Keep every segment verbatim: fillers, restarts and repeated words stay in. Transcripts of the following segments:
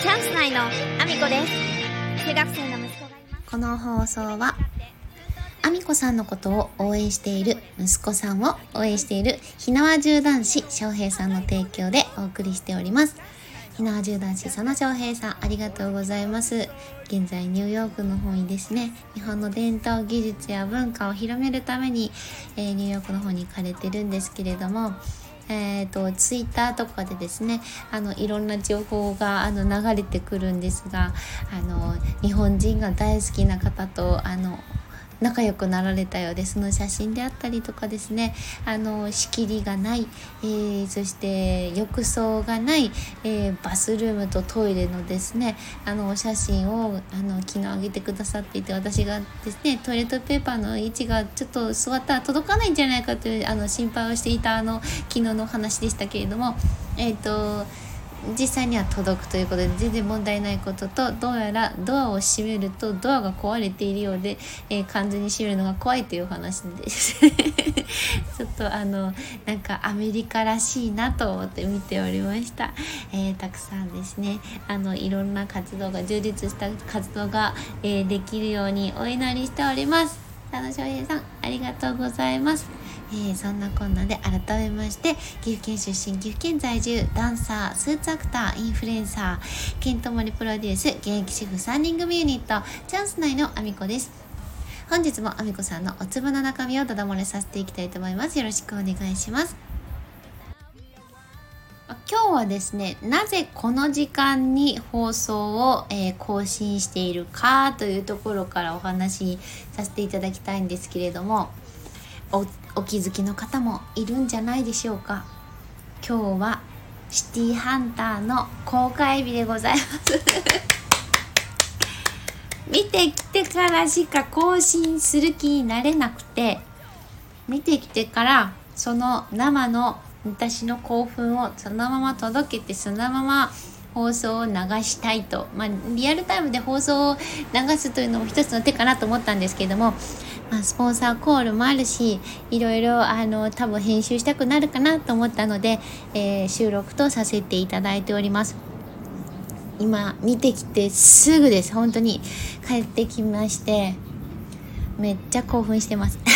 チャンス内のアミコです。中学生の息子がいます。 この放送はアミコさんのことを応援している、息子さんを応援しているひなわ銃男子翔平さんの提供でお送りしております。ひなわ銃男子佐野翔平さん、ありがとうございます。現在ニューヨークの方にですね、日本の伝統技術や文化を広めるために、えー、ニューヨークの方に行かれてるんですけれども、えーと、ツイッターとかでですね、あのいろんな情報があの流れてくるんですが、あの日本人が大好きな方とあの仲良くなられたようで、その写真であったりとかですね、あの仕切りがない、えー、そして浴槽がない、えー、バスルームとトイレのですね、あのお写真をあの昨日上げてくださっていて、私がですね、トイレットペーパーの位置がちょっと座ったら届かないんじゃないかというあの心配をしていたあの昨日の話でしたけれども、えっと実際には届くということで全然問題ないことと、どうやらドアを閉めるとドアが壊れているようで、えー、完全に閉めるのが怖いという話ですちょっとあのなんかアメリカらしいなと思って見ておりました。えー、たくさんですね、あのいろんな活動が充実した活動が、えー、できるようにお祈りしております。佐野翔平さん、ありがとうございます。えー、そんなこんなで改めまして、岐阜県出身、岐阜県在住、ダンサー、スーツアクター、インフルエンサー、ケントモリプロデュース、現役主婦さんにん組ユニット、チャンス内のアミコです。本日もアミコさんのお粒の中身をだだ漏れさせていきたいと思います。よろしくお願いします。今日はですね、なぜこの時間に放送を、えー、更新しているかというところからお話しさせていただきたいんですけれども、お, お気づきの方もいるんじゃないでしょうか。今日はシティハンターの公開日でございます見てきてからしか更新する気になれなくて、見てきてからその生の私の興奮をそのまま届けて、そのまま放送を流したいと、まあ、リアルタイムで放送を流すというのも一つの手かなと思ったんですけれども、まあ、スポンサーコールもあるし、いろいろあの多分編集したくなるかなと思ったので、えー、収録とさせていただいております。今見てきてすぐです。本当に帰ってきまして、めっちゃ興奮してます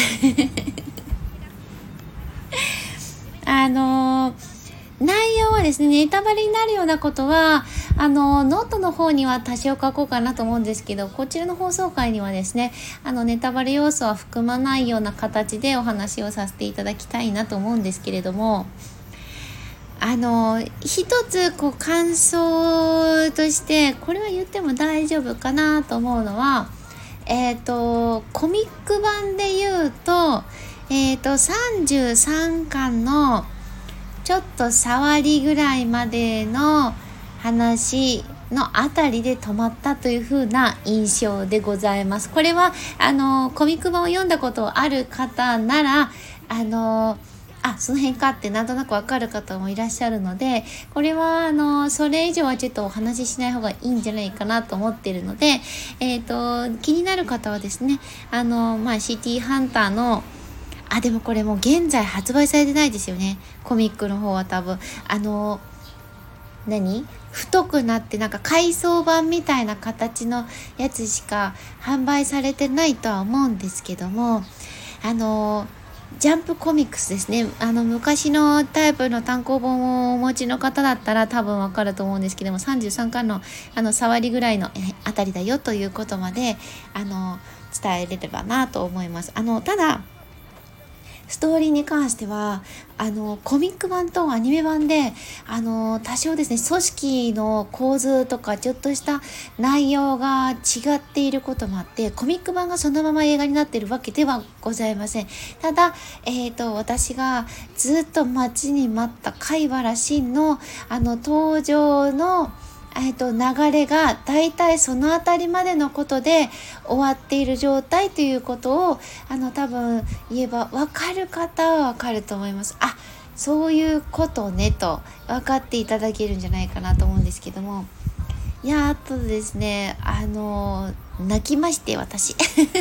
あのー内容はですね、ネタバレになるようなことはあのノートの方には多少書こうかなと思うんですけど、こちらの放送回にはですね、あのネタバレ要素は含まないような形でお話をさせていただきたいなと思うんですけれども、あの一つこう感想として、これは言っても大丈夫かなと思うのは、えっとコミック版で言うと、えっとさんじゅうさんかんのちょっと触りぐらいまでの話のあたりで止まったという風な印象でございます。これはあのコミック版を読んだことある方なら、あのあその辺かってなんとなくわかる方もいらっしゃるので、これはあのそれ以上はちょっとお話ししない方がいいんじゃないかなと思っているので、えっと気になる方はですね、あのまあシティハンターのあ、でもこれもう現在発売されてないですよね。コミックの方は多分あの何太くなってなんか改装版みたいな形のやつしか販売されてないとは思うんですけども、あのジャンプコミックスですね。あの昔のタイプの単行本をお持ちの方だったら多分わかると思うんですけども、さんじゅうさんかんのあの触りぐらいのあたりだよということまであの伝えれればなと思います。あのただストーリーに関してはあのコミック版とアニメ版であの多少ですね、組織の構図とかちょっとした内容が違っていることもあって、コミック版がそのまま映画になっているわけではございません。ただ、えーと、私がずっと待ちに待った貝原慎のあの登場のえーと、流れがだいたいそのあたりまでのことで終わっている状態ということをあの多分言えば分かる方は分かると思います。あ、そういうことねと分かっていただけるんじゃないかなと思うんですけども、いやあとですね、あの泣きまして私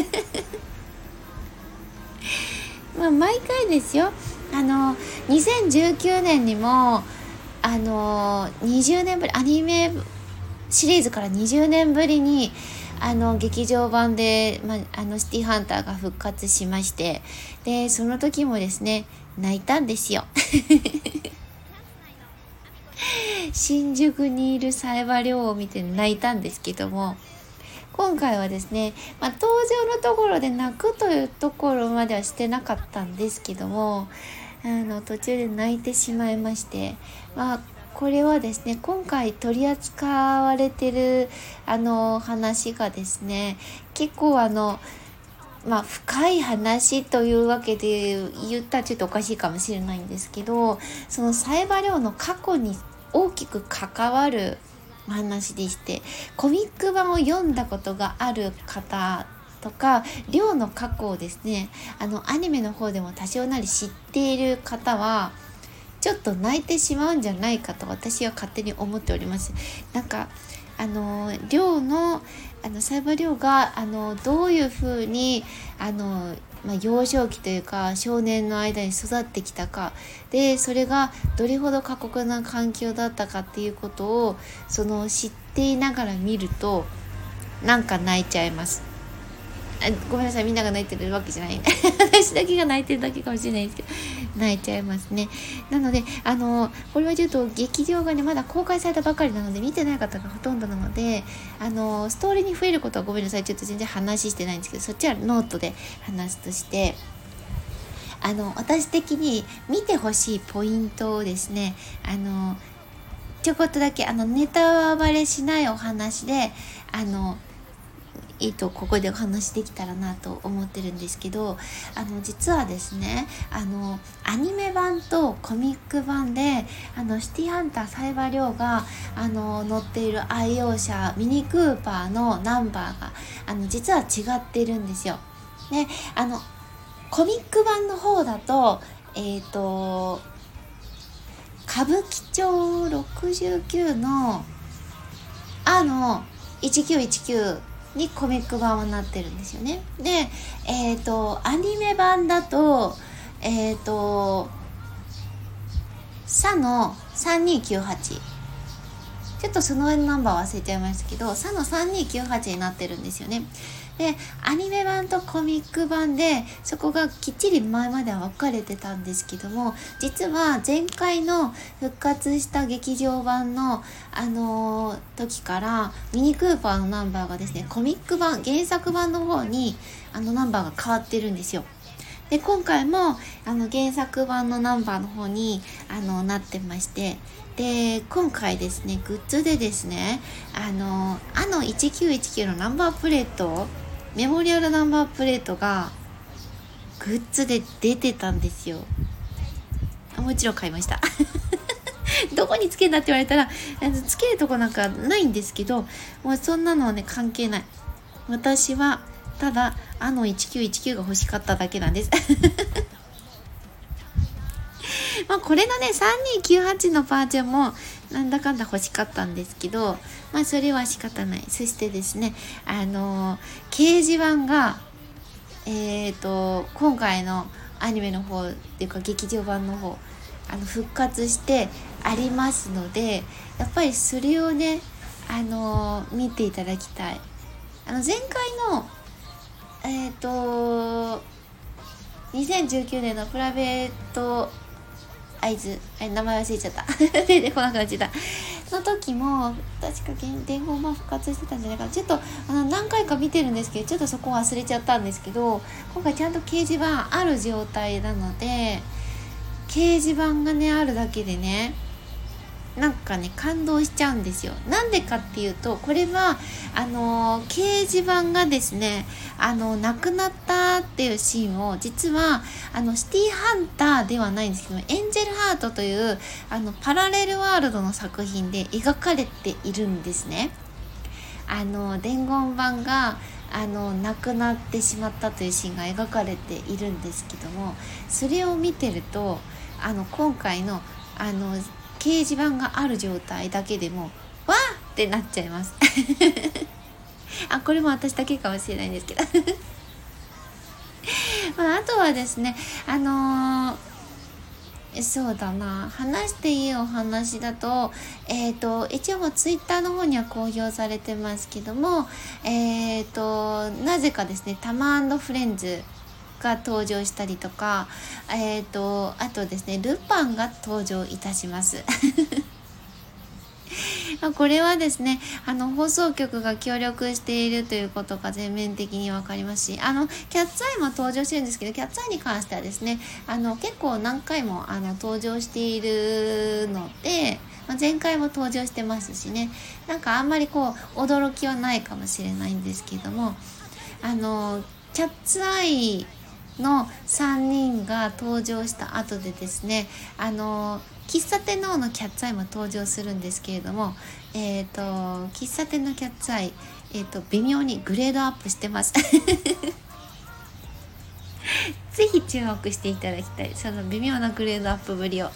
まあ毎回ですよ、あのにせんじゅうきゅうねんにもあのにじゅうねんぶりアニメシリーズからにじゅうねんぶりにあの劇場版で、ま、あのシティハンターが復活しまして、でその時もですね泣いたんですよ新宿にいる冴羽りょうを見て泣いたんですけども、今回はですね、まあ、登場のところで泣くというところまではしてなかったんですけども、あの途中で泣いてしまいまして、まあこれはですね、今回取り扱われてるあの話がですね、結構あのまあ深い話というわけで言ったらちょっとおかしいかもしれないんですけど、その冴羽りょうの過去に大きく関わる話でして、コミック版を読んだことがある方とか、りょうの過去をですね、あのアニメの方でも多少なり知っている方はちょっと泣いてしまうんじゃないかと私は勝手に思っております。なんかあのりょうのあの冴羽りょうがあのどういう風にあのまあ、幼少期というか少年の間に育ってきたかで、それがどれほど過酷な環境だったかっていうことをその知っていながら見るとなんか泣いちゃいます。あ、ごめんなさい、みんなが泣いてるわけじゃない私だけが泣いてるだけかもしれないですけど泣いちゃいますね。なのであのこれはちょっと劇場がねまだ公開されたばかりなので見てない方がほとんどなので、あのストーリーに増えることはごめんなさい、ちょっと全然話してないんですけど、そっちはノートで話すとして、あの私的に見てほしいポイントをですね、あのちょこっとだけあのネタバレしないお話であのいいとここでお話できたらなと思ってるんですけど、あの実はですね、あのアニメ版とコミック版であのシティハンター冴羽りょうがあの乗っている愛用車ミニクーパーのナンバーがあの実は違ってるんですよ。で、あのコミック版の方だとえっと歌舞伎町ろくじゅうきゅうのあのいちきゅういちきゅうにコミック版はなってるんですよね。で、えっとアニメ版だとえっとサのさんにーきゅうはち、ちょっとその上のナンバー忘れちゃいましたけど、サのさんにーきゅうはちになってるんですよね。で、アニメ版とコミック版でそこがきっちり前までは分かれてたんですけども、実は前回の復活した劇場版のあのー、時からミニクーパーのナンバーがですね、コミック版原作版の方にあのナンバーが変わってるんですよ。で、今回もあの原作版のナンバーの方にあのなってまして、で今回ですねグッズでですねあのあのいちきゅういちきゅうのナンバープレート、メモリアルナンバープレートがグッズで出てたんですよ。もちろん買いましたどこにつけんだって言われたらつけるとこなんかないんですけど、もうそんなのはね関係ない。私はただあのいちきゅういちきゅうが欲しかっただけなんですまあこれのねさんにーきゅうはちのバージョンもなんだかんだ欲しかったんですけど、まあそれは仕方ない。そしてですね、あのー、掲示板がえっと今回のアニメの方っていうか劇場版の方あの復活してありますので、やっぱりそれをねあのー、見ていただきたい。あの前回のえっとにせんじゅうきゅうねんのプライベート合図、名前忘れちゃった出てこなくなっちゃったの時も確か伝言版復活してたんじゃないかな。ちょっとあの何回か見てるんですけどちょっとそこ忘れちゃったんですけど、今回ちゃんと掲示板ある状態なので、掲示板がねあるだけでねなんかね感動しちゃうんですよ。なんでかっていうと、これはあの掲示板がですねあの亡くなったっていうシーンを実はあのシティハンターではないんですけどエンジェルハートというあのパラレルワールドの作品で描かれているんですね。あの伝言板があの亡くなってしまったというシーンが描かれているんですけども、それを見てるとあの今回のあの掲示板がある状態だけでもわーってなっちゃいますあ、これも私だけかもしれないんですけどまあ、あとはですねあのー、 そうだな、話していいお話だと、えっ、と一応ツイッターの方には公表されてますけども、えっ、となぜかですね、タマ&フレンズが登場したりとか、えっ、とあとですね、ルパンが登場いたしますこれはですね、あの放送局が協力しているということが全面的にわかりますし、あのキャッツアイも登場してるんですけど、キャッツアイに関してはですね、あの結構何回もあの登場しているので、まあ、前回も登場してますしね、なんかあんまりこう驚きはないかもしれないんですけども、あのキャッツアイのさんにんが登場した後でですね、あの喫茶店の方のキャッツアイも登場するんですけれども、えっ、ー、と喫茶店のキャッツアイ、えー、と微妙にグレードアップしてますぜひ注目していただきたい、その微妙なグレードアップぶりをあ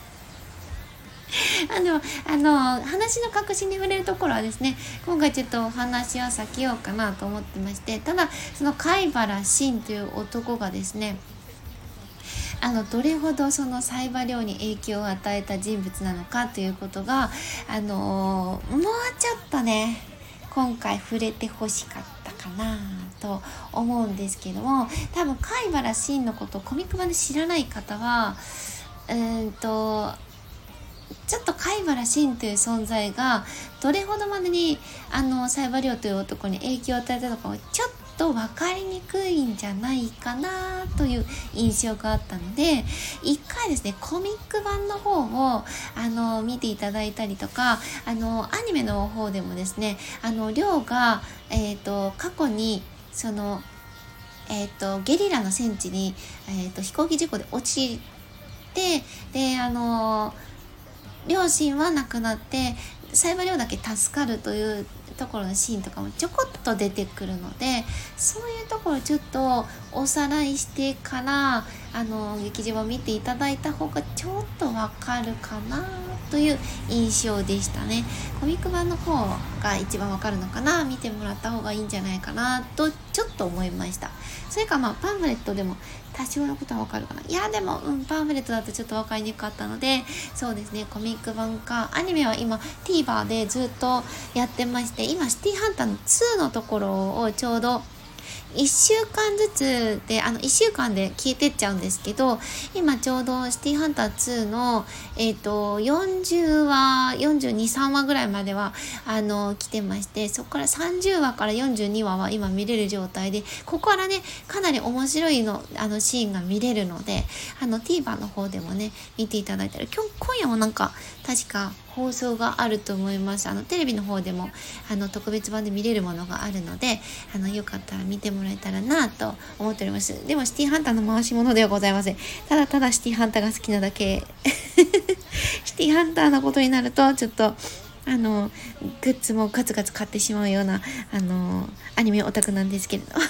のあの話の核心に触れるところはですね、今回ちょっとお話は避けようかなと思ってまして、ただその貝原慎という男がですね、あのどれほどその冴羽遼に影響を与えた人物なのかということが、あのー、もうちょっとね今回触れてほしかったかなと思うんですけども、多分貝原慎のことをコミック版で知らない方はうーんとちょっと貝原慎という存在がどれほどまでにあの冴羽遼という男に影響を与えたのかをちょっと分かりにくいんじゃないかなという印象があったので、一回ですねコミック版の方をあの見ていただいたりとか、あのアニメの方でもですね、あの遼が、えーと、過去にその、えーと、ゲリラの戦地に、えーと、飛行機事故で落ちて、であの両親は亡くなって冴羽遼だけ助かるというところのシーンとかもちょこっと出てくるので、そういうところちょっとおさらいしてからあの劇場を見ていただいた方がちょっとわかるかなという印象でしたね。コミック版の方が一番わかるのかな、見てもらった方がいいんじゃないかなとちょっと思いました。それかまあパンフレットでも多少のことはわかるかな。いやでも、うん、パンフレットだとちょっとわかりにくかったので、そうですね、コミック版かアニメは今 TVer でずっとやってまして、今シティハンターのツーのところをちょうどいっしゅうかんずつで、あのいっしゅうかんで消えてっちゃうんですけど、今ちょうどシティハンターツーの、えーと、よんじゅうわ、よんじゅうに、さんわぐらいまではあの来てまして、そこからさんじゅうわからよんじゅうにわは今見れる状態で、ここからねかなり面白いのあのシーンが見れるので、あの TVer の方でもね見ていただいたら、今日今夜もなんか確か放送があると思います。あのテレビの方でもあの特別版で見れるものがあるので、あのよかったら見てもらえたらなと思っております。でもシティハンターの回し物ではございません。ただただシティハンターが好きなだけシティハンターのことになるとちょっとあのグッズもガツガツ買ってしまうようなあのアニメオタクなんですけれど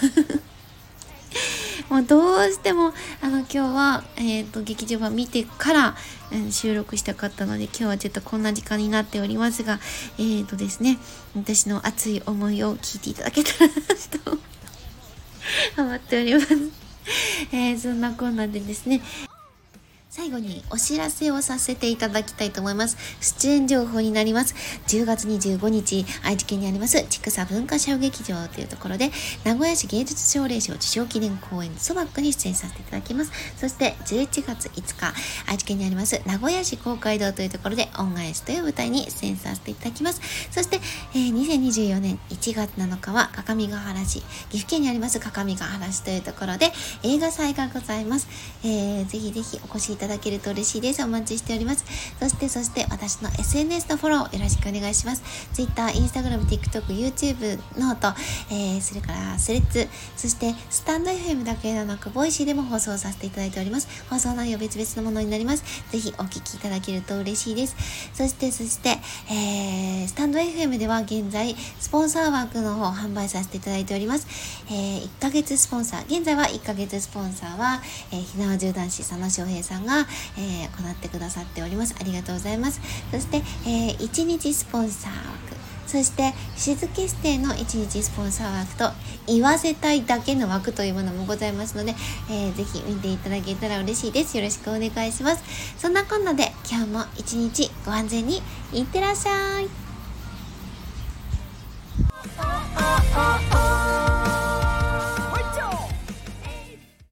もうどうしてもあの今日は、えーと、劇場版見てから、うん、収録したかったので、今日はちょっとこんな時間になっておりますが、えーとですね、私の熱い思いを聞いていただけたらなと思っております、えー、そんなこんなでですね、最後にお知らせをさせていただきたいと思います。出演情報になります。じゅうがつにじゅうごにち、愛知県にあります千種文化小劇場というところで、名古屋市芸術奨励賞受賞記念公演ソバックに出演させていただきます。そしてじゅういちがついつか、愛知県にあります名古屋市公会堂というところで恩返しという舞台に出演させていただきます。そして、えー、にせんにじゅうよねんいちがつなのかは各務原市、岐阜県にあります各務原市というところで映画祭がございます。えー、ぜひぜひお越しいただけると嬉しいです。お待ちしております。そしてそして私の エスエヌエス のフォローよろしくお願いします。Twitter、Instagram、TikTok、YouTube、ノート、えー、それからスレッズ、そしてスタンド エフエム だけではなくボイシーでも放送させていただいております。放送内容別々のものになります。ぜひお聞きいただけると嬉しいです。そしてそして、えー、スタンド エフエム では現在スポンサー枠の方を販売させていただいております。えー、いっかげつスポンサー、現在はいっかげつスポンサーは、えー、ひなわじゅう男子佐野翔平さんが、えー、行ってくださっております。ありがとうございます。そして、えー、いちにちスポンサー枠、 そして静けステイのいちにちスポンサー枠と言わせたいだけの枠というものもございますので、えー、ぜひ見ていただけたら嬉しいです。よろしくお願いします。そんなこんなで今日も一日ご安全にいってらっしゃい。